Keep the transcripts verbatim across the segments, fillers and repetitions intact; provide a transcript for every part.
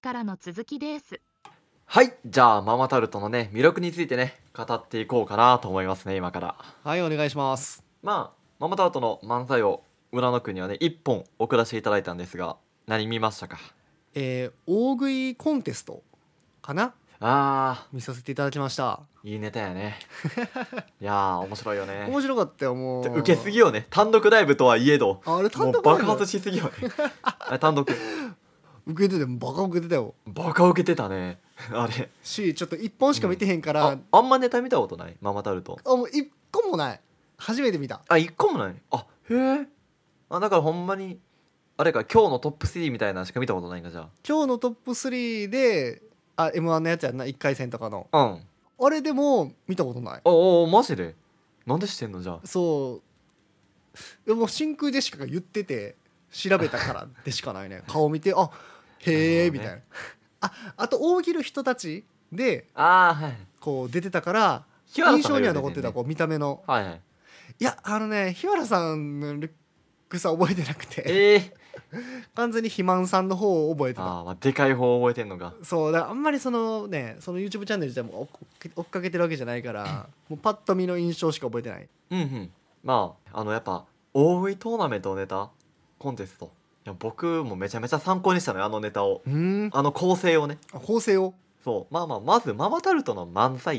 からの続きです。 はい、じゃあママタルトのね魅力についてね語っていこうかなと思いますね。今からはい、お願いします。 まあママタルトの漫才を浦野くんにはねいっぽん送らせていただいたんですが、何見ましたか？ えー、大食いコンテストかなあ見させていただきました。 ーいいネタやねいやー面白いよね。 面白かったよ。もう受けすぎよね、単独ライブとはいえど。 あれ単もう独ライブ爆発しすぎよねあれ単独受けててもバカ受けてたよバカ受けてたねあれし、ちょっといっぽんしか見てへんから、 ああんまネタ見たことない？ママタルトあもういっこもない。初めて見た。 あいっこもない。あへえ。あだからほんまにあれか、今日のトップスリーみたいなのしか見たことないんか。じゃ今日のトップスリーであ エムワン のやつやんな、いっかい戦とかのあうんあれでも見たことない。 おおマジで？なんで知ってんのじゃあ。 そうでも真空ジェシカが言ってて調べたからでしかないね顔見てあへえみたいなああと大喜利人たちでああはいこう出てたから日原印象にはさんが言うてんね残ってたこう見た目の。 はいはいいやあのね日原さんのルックスは覚えてなくてええ完全に肥満さんの方を覚えてた。 あー、まあでかい方覚えてんのか。 そうだからあんまりそのねその YouTube チャンネル自体も追っ追っかけてるわけじゃないからもうパッと見の印象しか覚えてない。 うんうんまああのやっぱ大食いトーナメントのネタコンテスト、いや僕もめちゃめちゃ参考にしたのよ、あのネタを。 うーんあの構成をね。 あ構成をそうまあまあまずママタルトの漫才って、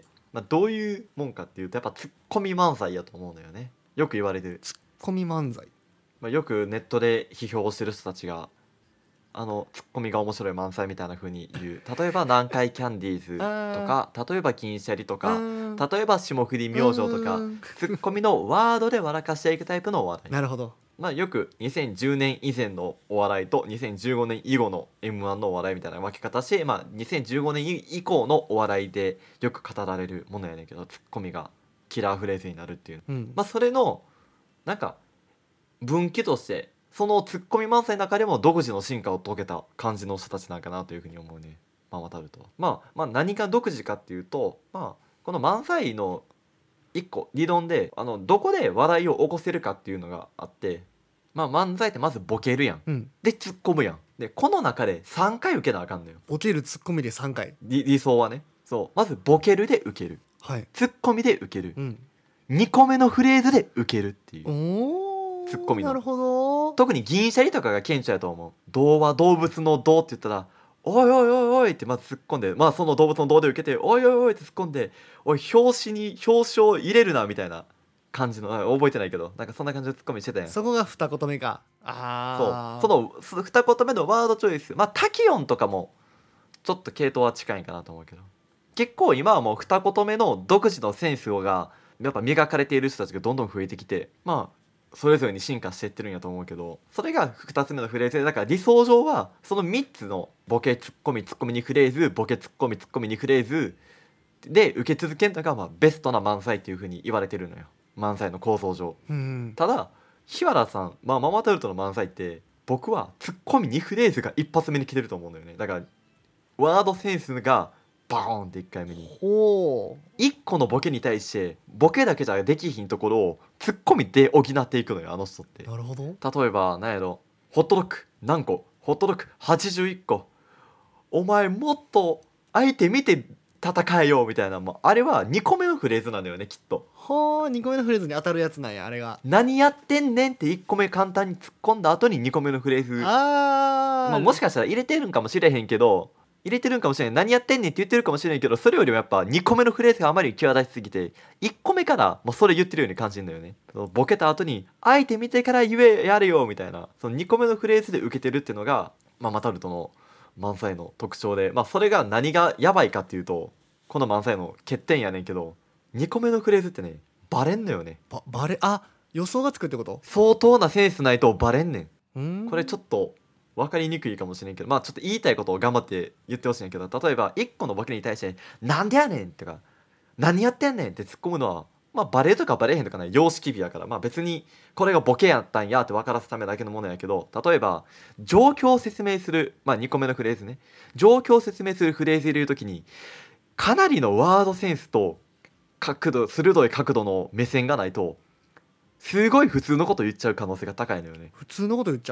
まあ、どういうもんかっていうとやっぱツッコミ漫才やと思うのよね。よく言われてる、 コミ漫才。 まあ、よくネットで批評してる人たちがあのツッコミが面白い漫才みたいな風に言う。例えば南海キャンディーズとか例えば金シャリとかか例えば霜降り明星とかツッコミのワードで笑かしていくタイプのお笑い。 なるほど。 まあよくにせんじゅうねん以前のお笑いとにせんじゅうごねん以後の エムワン のお笑いみたいな分け方して、まあ、にせんじゅうごねん以降のお笑いでよく語られるものやねんけど、ツッコミがキラーフレーズになるっていう、 うんまあそれのなんか分岐としてそのツッコミ漫才の中でも独自の進化を遂げた感じの人たちなんかなというふうに思うね、ママタルトは。まあまあ何が独自かっていうと、まあこの漫才の一個理論であのどこで笑いを起こせるかっていうのがあって、まあ漫才ってまずボケるやん、 うんで突っ込むやん、でこの中でさんかい受けなあかんのよ。 ボケるツッコミでさんかい。 理理想はね。そうまずボケるで受ける、 はい。 ツッコミで受ける、 うんにこめのフレーズで受けるっていう。 おーツッコミのなるほど。 特に銀シャリとかが顕著やと思う。童は動物の童って言ったらおいおいおいおいってまず突っ込んで、まあその動物の童で受けておいおいおいって突っ込んで、おい表紙に表彰入れるなみたいな感じの、あ覚えてないけどなんかそんな感じのツッコミしてたやん。 そこが二言目か。 そうああそのそ二言目のワードチョイス、まあタキオンとかもちょっと系統は近いかなと思うけど、結構今はもう二言目の独自のセンスがやっぱ磨かれている人たちがどんどん増えてきて、まあそれぞれに進化していってるんやと思うけど、それがふたつめのフレーズで、だから理想上はそのみっつのボケツッコミツッコミにフレーズボケツッコミツッコミにフレーズで受け続けるのがまあベストな漫才っていう風に言われてるのよ、漫才の構造上。 うんただ日原さん、まあ、ママタルトの漫才って僕はツッコミにフレーズが一発目に来てると思うんだよね。だからワードセンスがバーンっていっかいめにほういっこのボケに対してボケだけじゃできひんところをツッコミで補っていくのよ、あの人って。 なるほど。 例えば何やろ、ホットドッグ何個、ホットドッグはちじゅういっこ、お前もっと相手見て戦えよみたいな、もうあれはにこめのフレーズなんだよねきっと。 はあにこめのフレーズに当たるやつなんやあれが。 何やってんねんっていっこめ簡単に突っ込んだ後ににこめのフレーズ、 あー、 まあ、もしかしたら入れてるんかもしれへんけど入れてるんかもしれない、何やってんねんって言ってるかもしれないけど、それよりもやっぱにこめのフレーズがあまり際立ちすぎていっこめからもうそれ言ってるように感じるんだよね。そのボケた後に相手見てから言えやれよみたいな、そのにこめのフレーズで受けてるっていうのがママタルトの漫才の特徴で、まあそれが何がやばいかっていうとこの漫才の欠点やねんけど、にこめのフレーズってねバレんのよね。 ばバレあ予想がつくってこと。 相当なセンスないとバレんねん。 うーんこれちょっと分かりにくいかもしれんけど、まあちょっと言いたいことを頑張って言ってほしいんやけど、例えばいっこのボケに対して「なんでやねん!」とか「何やってんねん!」って突っ込むのはまあバレるとかバレへんとかない様式美やから、まあ別にこれがボケやったんやって分からすためだけのものやけど、例えば状況を説明する、まあにこめのフレーズね、状況を説明するフレーズ入れるときにかなりのワードセンスと角度鋭い角度の目線がないとすごい普通のこと言っちゃう可能性が高いのよね。 普通のこと言っちゃう。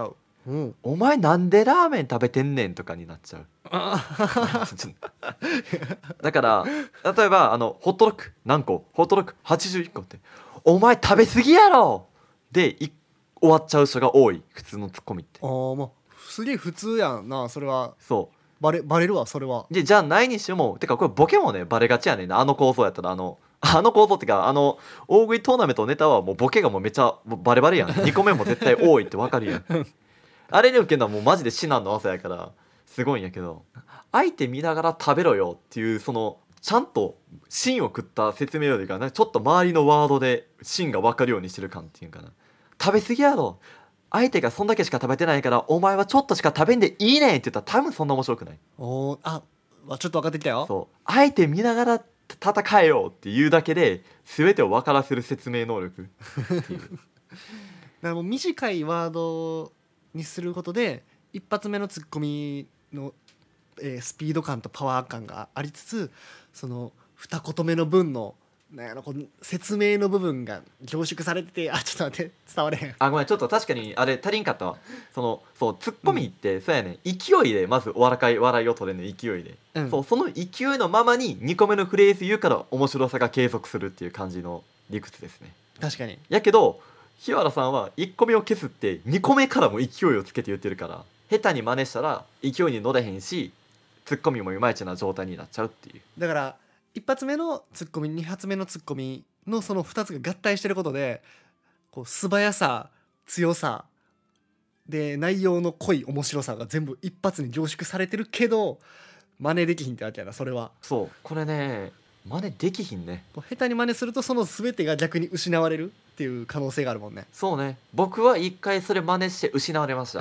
うんお前なんでラーメン食べてんねんとかになっちゃうだから例えばあのホットドッグ何個ホットドッグはちじゅういっこってお前食べ過ぎやろでい終わっちゃう人が多い普通のツッコミってあーまあすげえ普通やんなそれは。 そバレバレるわそれは。 うでじゃあないにしてもてかこれボケもねバレがちやねんなあの構造やったらあのあの構造ってかあの大食いトーナメントのネタはもうボケがもうめっちゃもうバレバレやんにこめも絶対多いって分かるやんあれに受けるのはもうマジで至難の技やからすごいんやけど相手見ながら食べろよっていうそのちゃんと芯を食った説明よりかなんかちょっと周りのワードで芯が分かるようにしてる感っていうかな食べ過ぎやろ相手がそんだけしか食べてないからお前はちょっとしか食べんでいいねんって言ったら多分そんな面白くないおーあわちょっと分かってきたよ。 そう相手見ながら戦えよっていうだけで全てを分からせる説明能力っていうだからもう短いワードにすることで一発目のツッコミの、えースピード感とパワー感がありつつその二言目の文のなんやろこの説明の部分が凝縮されててあちょっと待って伝われへん。 あごめんちょっと確かにあれ足りんかったわそのそうツッコミって、そうやねん勢いでまずお笑い笑いを取れるの勢いで、 うんそうその勢いのままににこめのフレーズ言うから面白さが継続するっていう感じの理屈ですね確かに。 やけど日原さんはいっこめを削ってにこめからも勢いをつけて言ってるから下手に真似したら勢いに乗れへんしツッコミもいまいちな状態になっちゃうっていうだから一発目のツッコミ二発目のツッコミのそのふたつが合体してることでこう素早さ強さで内容の濃い面白さが全部一発に凝縮されてるけど真似できひんってわけやなそれは。 そうこれね真似できひんねこう下手に真似するとその全てが逆に失われるっていう可能性があるもんね。 そうね僕は一回それ真似して失われました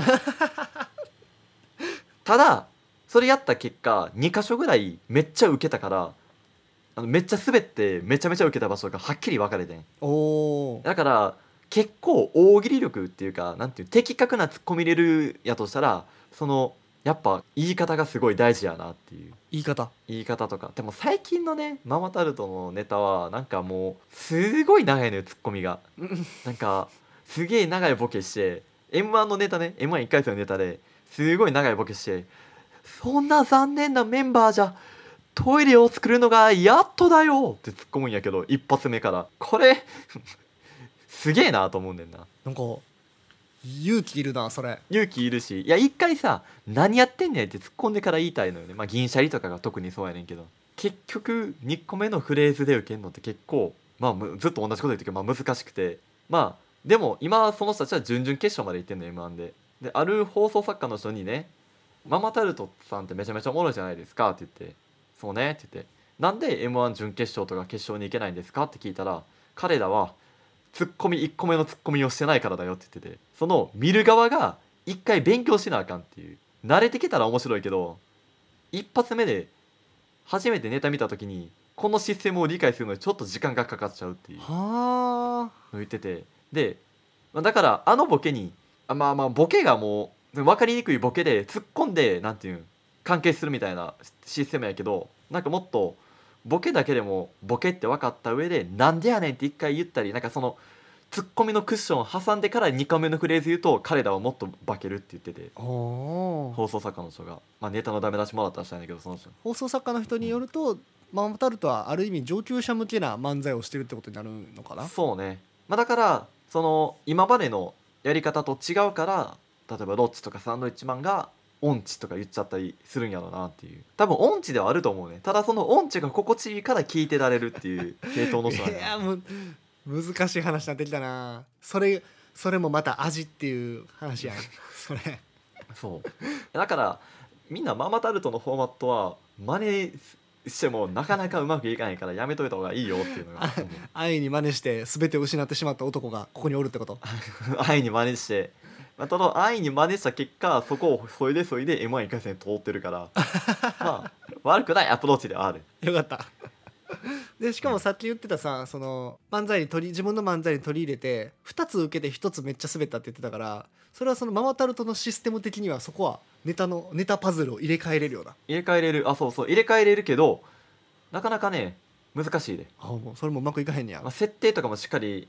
ただそれやった結果に箇所ぐらいめっちゃウケたからあのめっちゃ滑ってめちゃめちゃウケた場所がはっきり分かれてんおーだから結構大喜利力っていうかなんていう的確なツッコミ入れるやとしたらそのやっぱ言い方がすごい大事やなっていう言い方。 言い方とかでも最近のねママタルトのネタはなんかもうすごい長いのよツッコミがなんかすげえ長いボケして エムワン のネタね エムワンいっ 回戦のネタですごい長いボケしてそんな残念なメンバーじゃトイレを作るのがやっとだよって突っ込むんやけど一発目からこれすげえなと思うねんななんか勇気いるなそれ。 勇気いるしいや一回さ何やってんねんって突っ込んでから言いたいのよねまあ銀シャリとかが特にそうやねんけど結局にこめのフレーズで受けんのって結構まあむずっと同じこと言ってるけど、まあ、難しくてまあでも今その人たちは準々決勝まで行ってんの エムワン でである放送作家の人にねママタルトさんってめちゃめちゃおもろいじゃないですかって言ってそうねって言ってなんで エムワン 準決勝とか決勝に行けないんですかって聞いたら彼らはツッコミいっこめのツッコミをしてないからだよって言っててその見る側が一回勉強しなあかんっていう慣れてきたら面白いけど一発目で初めてネタ見た時にこのシステムを理解するのにちょっと時間がかかっちゃうっていうはあのを言っててでまあだからあのボケにあまあまあボケがもう分かりにくいボケで突っ込んでなんていうん関係するみたいなシステムやけどなんかもっとボケだけでもボケって分かった上でなんでやねんって一回言ったりなんかそのツッコミのクッションを挟んでからにかめのフレーズ言うと彼らはもっと化けるって言ってておー放送作家の人が、まあ、ネタのダメ出しもらったらしたんだけどその人放送作家の人によるとママタルトはある意味上級者向けな漫才をしてるってことになるのかな。 そうね、まあ、だからその今までのやり方と違うから例えばロッチとかサンドイッチマンが音痴とか言っちゃったりするんやろうなっていう多分音痴ではあると思うねただその音痴が心地いいから聞いてられるっていう系統の人なんいややもう難しい話になってきたなそれそれもまた味っていう話やんそれそうだからみんなママタルトのフォーマットは真似してもなかなかうまくいかないからやめといた方がいいよっていうのが安易に真似して全てを失ってしまった男がここにおるってこと安易に真似して、まあ、ただ安易に真似した結果そこをそいでそいで エムワンいっ 回戦通ってるからまあ悪くないアプローチではあるよかったでしかもさっき言ってたさその漫才に取り自分の漫才に取り入れてふたつ受けてひとつめっちゃ滑ったって言ってたからそれはそのママタルトのシステム的にはそこはネタのネタパズルを入れ替えれるような入れ替えれるあそうそう入れ替えれるけどなかなかね難しいで、 あもうそれもうまくいかへんねや、 まあ、設定とかもしっかり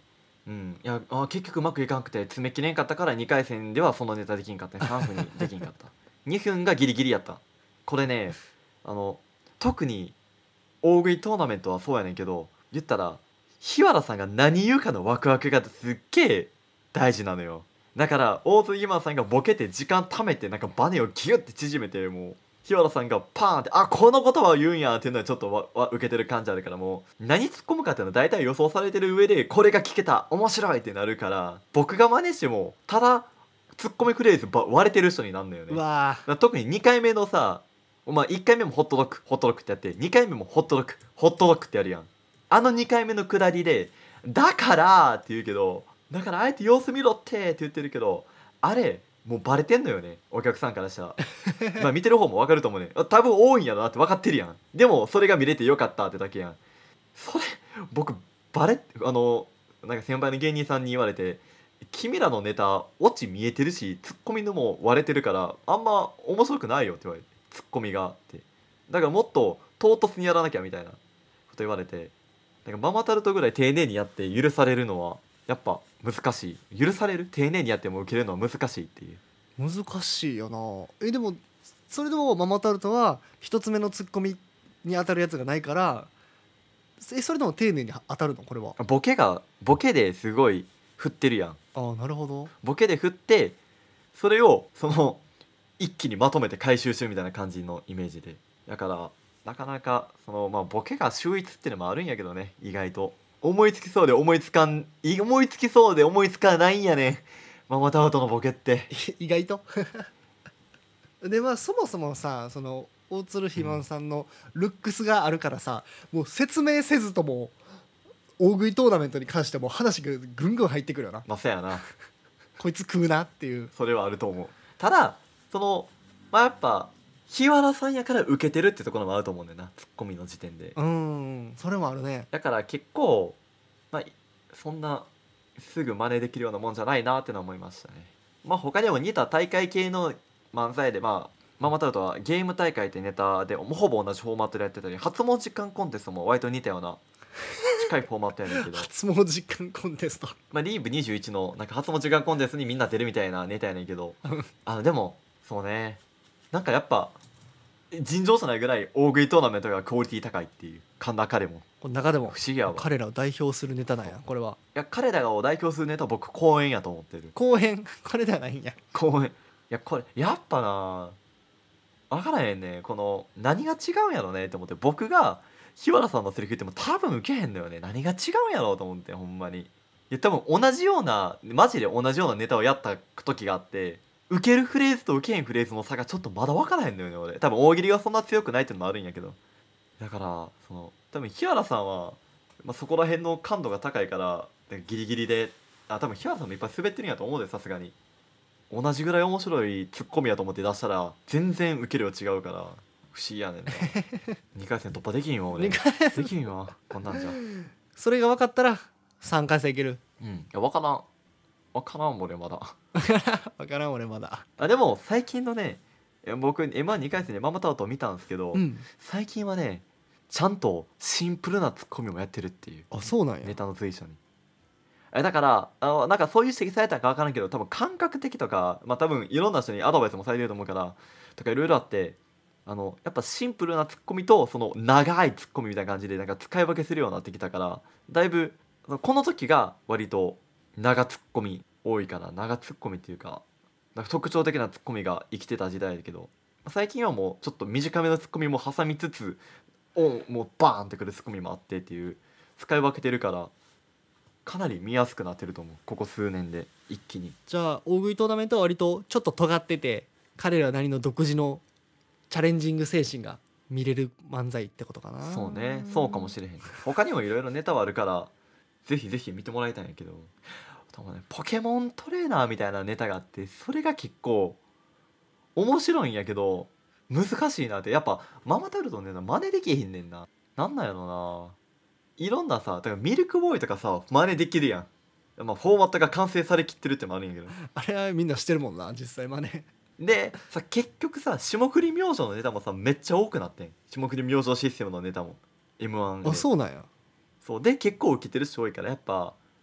うんいやあ結局うまくいかんくて詰めきれんかったからにかい戦ではそのネタできんかったさんぷんにできんかったにふんがギリギリやった。これねあの特に大食いトーナメントはそうやねんけど言ったら日原さんが何言うかのワクワクがすっげえ大事なのよ。だから大津今さんがボケて時間貯めてなんかバネをギュッて縮めてもう日原さんがパーンってあこの言葉を言うんやっていうのはちょっとわわ受けてる感じあるからもう何突っ込むかっていうのは大体予想されてる上でこれが聞けた面白いってなるから僕が真似してもただツッコミフレーズば割れてる人になるのよね。 うわだから特ににかいめのさまあいっかいめもホットドッグホットドッグってやってにかいめもホットドッグホットドッグってやるやん。あのにかいめのくだりでだからって言うけどだからあえて様子見ろってって言ってるけどあれもうバレてんのよねお客さんからしたらまあ見てる方も分かると思うね多分多いんやろなって分かってるやん。でもそれが見れてよかったってだけやん。それ僕バレあのなんか先輩の芸人さんに言われて君らのネタオチ見えてるしツッコミのも割れてるからあんま面白くないよって言われてツッコミがってだからもっと唐突にやらなきゃみたいなこと言われてなんかママタルトぐらい丁寧にやって許されるのはやっぱ難しい許される丁寧にやっても受けるのは難しいっていう。 難しいよな。えでもそれでもママタルトは一つ目のツッコミに当たるやつがないからえそれでも丁寧に当たるのこれは。 ボケがボケですごい振ってるやん。 ああなるほど。 ボケで振ってそれをその一気にまとめて回収するみたいな感じのイメージでだからなかなかその、まあ、ボケが秀逸っていうのもあるんやけどね意外と思いつきそうで思いつかん思いつきそうで思いつかないんやねママタルトのボケって意外とでまあそもそもさその大鶴ひまんさんのルックスがあるからさ、もう説明せずとも大食いトーナメントに関しても話がぐんぐん入ってくるよな。 まあそうやなこいつ食うなっていう。 それはあると思う。ただそのまあやっぱ日原さんやから受けてるってところもあると思うんだよなツッコミの時点で。 うんそれもあるね。 だから結構まあそんなすぐ真似できるようなもんじゃないなってのは思いましたね。まあ他にも似た大会系の漫才でまあママタルトはゲーム大会ってネタでもうほぼ同じフォーマットでやってたり発問時間コンテストも割と似たような近いフォーマットやねんけど発毛時間コンテストまあリーブにじゅういちのなんか発問時間コンテストにみんな出るみたいなネタやねんけどあのでもそうねなんかやっぱ尋常じゃないぐらい大食いトーナメントがクオリティ高いっていう神田彼もこの中でも不思議やわ。い彼らを代表するネタなんやこれは。 や彼らを代表するネタは僕公演やと思ってる。 後編これではないんや。 公演いやこれやっぱな分からへんねこの何が違うんやろねって思って僕が日原さんのセリフ言っても多分受けへんのよね何が違うんやろうと思ってほんまに。いや多分同じようなマジで同じようなネタをやった時があって受けるフレーズと受けへんフレーズの差がちょっとまだ分からへんのよね俺多分大喜利がそんな強くないっていうのもあるんやけどだからその多分日原さんは、まあ、そこら辺の感度が高いからギリギリであ多分日原さんもいっぱい滑ってるんやと思うでさすがに同じぐらい面白いツッコミやと思って出したら全然受け量違うから不思議やねんなにかい戦突破できんよ俺にかいできんよこんなんじゃそれが分かったらさんかい戦いける。 うんいや分からん分からん俺まだ分からん俺まだ。 あでも最近のねいや僕 エムワンに 回戦でママタルトを見たんですけど、 うん最近はねちゃんとシンプルなツッコミもやってるっていうあそうなんや。 ネタの随所にえだからあのなんかそういう指摘されたか分からんけど多分感覚的とかまあ多分いろんな人にアドバイスもされてると思うからとかいろいろあってあのやっぱシンプルなツッコミとその長いツッコミみたいな感じでなんか使い分けするようになってきたからだいぶこの時が割と長ツッコミ多いから長ツッコミっていうかなんか特徴的なツッコミが生きてた時代だけど最近はもうちょっと短めのツッコミも挟みつつおもうバーンってくるツッコミもあってっていう使い分けてるからかなり見やすくなってると思うここ数年で一気に。 じゃあ大食いトーナメントは割とちょっと尖ってて彼らなりの独自のチャレンジング精神が見れる漫才ってことかな。 そうねそうかもしれへん他にもいろいろネタはあるからぜひぜひ見てもらいたいんやけど多分ねポケモントレーナーみたいなネタがあってそれが結構面白いんやけど難しいなってやっぱママタルトのネタ真似できへんねんな。なんなんやろないろんなさだからミルクボーイとかさ真似できるやん、まあ、フォーマットが完成されきってるってのもあるんやけどあれはみんなしてるもんな実際真似。 でさ結局さ霜降り明星のネタもさめっちゃ多くなってん霜降り明星システムのネタも エムワン であそうなんや。 そうで結構受けてる人多いからやっぱ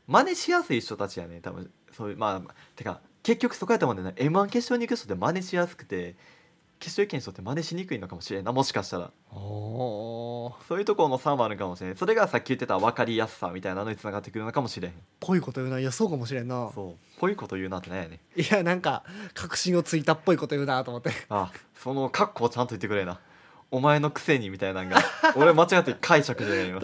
真似しやすい人たちやね多分。そういうまあてか結局そこやと思うんだよね。 エムワン 決勝に行く人って真似しやすくて決勝行けん人って真似しにくいのかもしれんな、もしかしたら。 おーそういうところの差もあるかもしれん。それがさっき言ってた分かりやすさみたいなのにつながってくるのかもしれん。 ぽいこと言うな。いやそうかもしれんな。 そうぽいこと言うなってなんやね。 いやなんか確信をついたっぽいこと言うなと思ってあそのカッコをちゃんと言ってくれな。お前のくせにみたいなのが俺間違って解釈じゃないよ。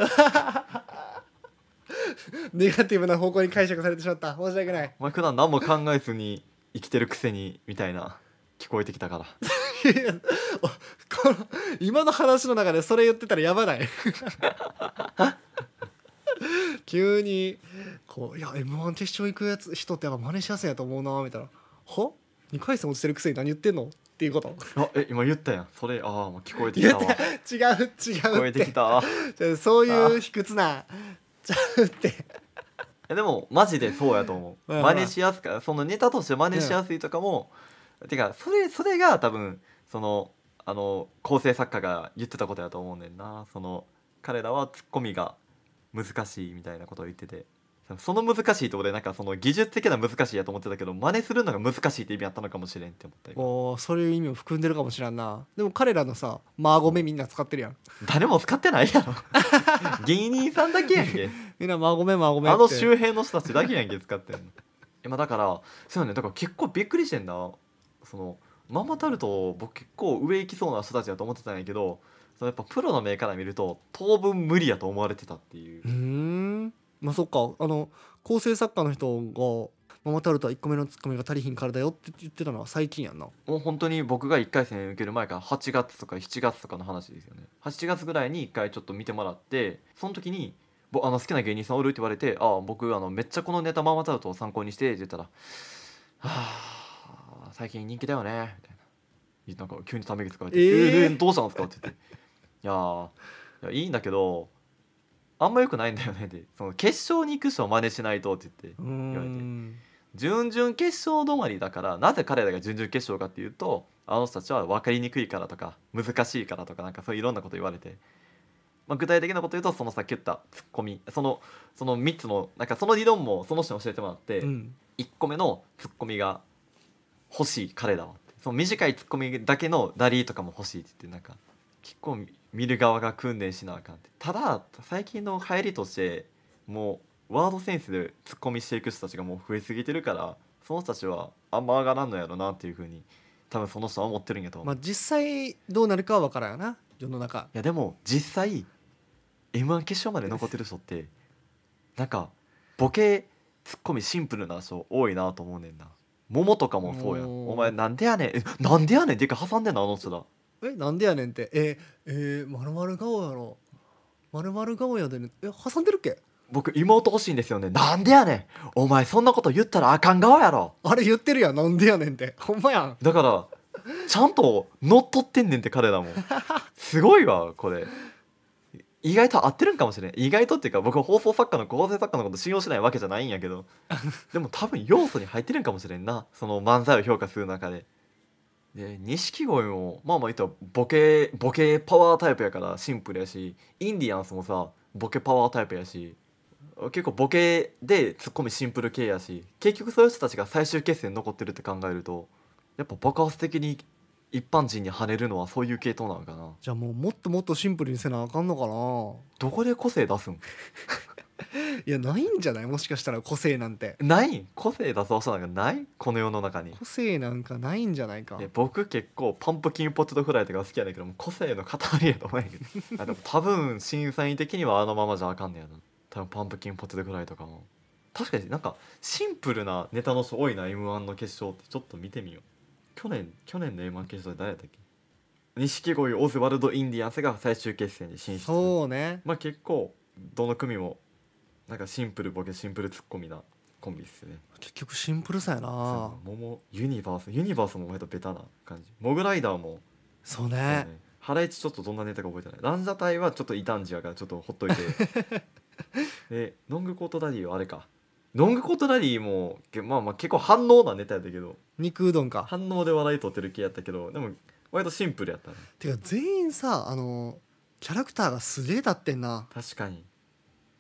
ネガティブな方向に解釈されてしまった。申し訳ない。 お前普段何も考えずに生きてるくせにみたいな聞こえてきたから。 いやおこの今の話の中でそれ言ってたらやばない急にこういや エムワン 決勝行くやつ人ってやっぱ真似しやすいんやと思うなみたいな。はにかい戦落ちてるくせに何言ってんのっていうことあえ今言ったやんそれ。ああもう聞こえてき言ったわ。 て違う違うって聞こえてきたわ。 じゃあそういう卑屈なちゃうってえでもマジでそうやと思う。 まあまあ真似しやすかそのネタとして真似しやすいとかも、てかそれそれが多分そのあの構成作家が言ってたことやと思うねんな。その彼らはツッコミが難しいみたいなことを言ってて、その難しいと俺なんかその技術的な難しいやと思ってたけど真似するのが難しいって意味あったのかもしれんって思ったよ。 おーそういう意味を含んでるかもしれんな。でも彼らのさマーゴメみんな使ってるやん。 誰も使ってないやろ芸人さんだけやんけみんなマーゴメマーゴメってあの周辺の人たちだけやんけ使ってんの。今だからそうやねだから結構びっくりしてんだ。そのママタルト僕結構上行きそうな人たちだと思ってたんやけど、そのやっぱプロの目から見ると当分無理やと思われてたっていううー。んまあそっか。あの構成作家の人がママタルトはいっこめのツッコミが足りひんからだよって言ってたのは最近やんな。 もう本当に僕がいっかい戦受ける前からはちがつとかしちがつとかの話ですよね。はちがつぐらいにいっかいちょっと見てもらって、その時にぼあの好きな芸人さんおるって言われて、ああ僕あのめっちゃこのネタママタルトを参考にしてって言ったら、はあ最近人気だよねみたいな、なんか急にため息つかれて、 えーえーどうしたんですかって言って、いやーいやいいんだけどあんま良くないんだよねってその決勝に行く人を真似しないとって言ってうー言われて、 ん準々決勝止まりだから、なぜ彼らが準々決勝かっていうとあの人たちは分かりにくいからとか難しいからとかなんかそういういろんなこと言われて、まあ、具体的なこと言うとそのさっき言ったツッコミそのそのみっつのなんかその理論もその人に教えてもらって、 うんいっこめのツッコミが欲しい彼らはその短いツッコミだけのラリーとかも欲しいって言ってなんか結構見る側が訓練しなあかんって。ただ最近の流行りとしてもうワードセンスでツッコミしていく人たちがもう増えすぎてるからその人たちはあんま上がらんのやろなっていう風に多分その人は思ってるんやと思う、 まあ実際どうなるかは分からんよな世の中。 いやでも実際 エムワン 決勝まで残ってる人ってなんかボケツッコミシンプルな人多いなと思うねんな。桃とかもそうやん。 おーお前なんでやねんえなんでやねんっていうか挟んでんのあの人だ。 えなんでやねんってええー、まるまる顔やろまるまる顔やでねえ挟んでるっけ。 僕妹欲しいんですよね。なんでやねんお前そんなこと言ったらあかん側やろ。 あれ言ってるやんなんでやねんってほんまやん。 だからちゃんと乗っ取ってんねんって彼らもすごいわこれ。意外と合ってるんかもしれん。意外とっていうか僕放送作家の構成作家のこと信用しないわけじゃないんやけどでも多分要素に入ってるんかもしれんなその漫才を評価する中で。で錦鯉もまあまあ言ったらボケボケパワータイプやからシンプルやし、インディアンスもさボケパワータイプやし結構ボケでツッコミシンプル系やし、結局そういう人たちが最終決戦に残ってるって考えるとやっぱ爆発的に一般人に跳ねるのはそういう系統なのかな。 じゃあもうもっともっとシンプルにせなあかんのかどこで個性出すんないやないんじゃないもしかしたら個性なんてないん個性出す場所なんかないこの世の中に。 個性なんかないんじゃないか。 いや僕結構パンプキンポテトフライとか好きやねんけども個性の塊やと思うんやけどあでも多分審査員的にはあのままじゃあかんねやな。多分パンプキンポテトフライとかも確かになんかシンプルなネタの人多いな エムワン の決勝って。ちょっと見てみよう。去年去年の エムワン 決勝で誰やったっけ。錦鯉オズワルドインディアンスが最終決戦に進出。 そうねまあ結構どの組もなんかシンプルボケシンプルツッコミなコンビっすね。 結局シンプルさやな。 桃ユニバースユニバースも割とベタな感じ。モグライダーもそうねそうね。ハライチちょっとどんなネタか覚えてない。ランジャタイはちょっと異端児やからちょっとほっといてでロングコートダディはあれか。ロングコートダディもけまあまあ結構反応なネタやったけど肉うどんか。 反応で笑い取ってる系やったけどでも割とシンプルやったね。 てか全員さあのキャラクターがすげえ立ってんな。 確かに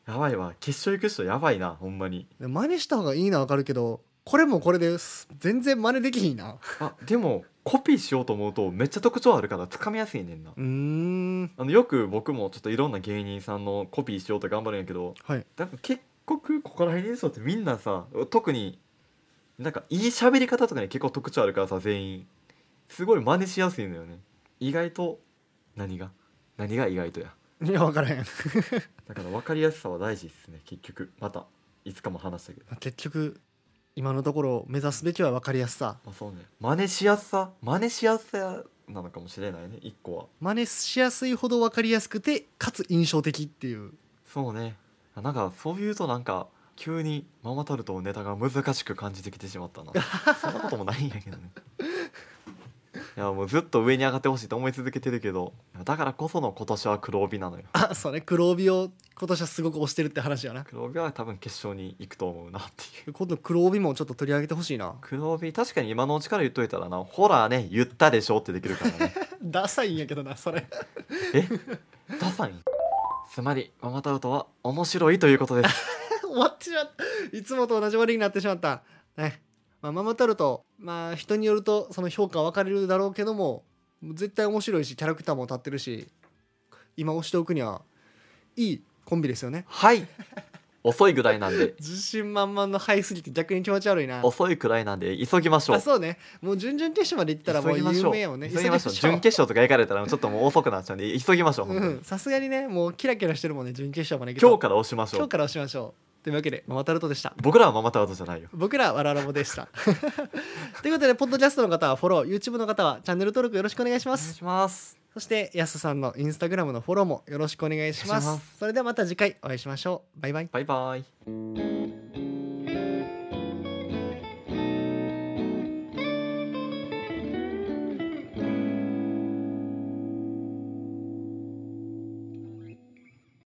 やばいわ、決勝行く人やばいなほんまに。 で真似した方がいいのはわかるけど、これもこれです全然真似できひんな。 あでもコピーしようと思うとめっちゃ特徴あるからつかみやすいねんな。 うーんあのよく僕もちょっといろんな芸人さんのコピーしようと頑張るんやけど、 はい。 なんか結局ここら辺の人ってみんなさ、特になんかいい喋り方とかに結構特徴あるからさ、全員すごい真似しやすいのよね。意外と何が何が意外とや。 いや分からへんだから分かりやすさは大事ですね結局。またいつかも話したけど、 結局今のところ目指すべきは分かりやすさ。 まあそうね、真似しやすさ真似しやすさなのかもしれないね一個は。 真似しやすいほど分かりやすくてかつ印象的っていう。 そうね、なんかそういうとなんか急にママタルトのネタが難しく感じてきてしまったなそんなこともないんやけどねいやもうずっと上に上がってほしいと思い続けてるけど、だからこその今年は黒帯なのよ。 あ、そうね、黒帯を今年はすごく推してるって話やな。 黒帯は多分決勝に行くと思うなっていう。 今度黒帯もちょっと取り上げてほしいな。 黒帯確かに今のうちから言っといたらな、ホラーね言ったでしょってできるからねダサいんやけどなそれえダサいん。つまりママタルトは面白いということです終わってしまった。いつもと同じ終わりになってしまったね。まあ、ママタルト、まあ人によるとその評価分かれるだろうけども、絶対面白いしキャラクターも立ってるし、今推しておくにはいいコンビですよね。 はい遅いぐらいなんで自信満々のハイすぎて逆に気持ち悪いな。 遅いくらいなんで急ぎましょう。 あ、そうね、もう準々決勝まで行ったらもう急ぎましょう有名やもんね。 急ぎましょう。準決勝とか行かれたらちょっともう遅くなっちゃうんで急ぎましょう本当に。 うん、さすがにね、もうキラキラしてるもんね、準決勝まで行けた。 今日から押しましょう。 今日から押しましょう。というわけでママタルトでした。 僕らはママタルトじゃないよ。 僕らはわららぼでしたということで、ポッドキャストの方はフォロー、 YouTube の方はチャンネル登録よろしくお願いしまお願いす。 します。 そしてやすさんのインスタグラムのフォローもよろしくお願いします。 お願いします。 それではまた次回お会いしましょう。バイバイ。 バイバイ。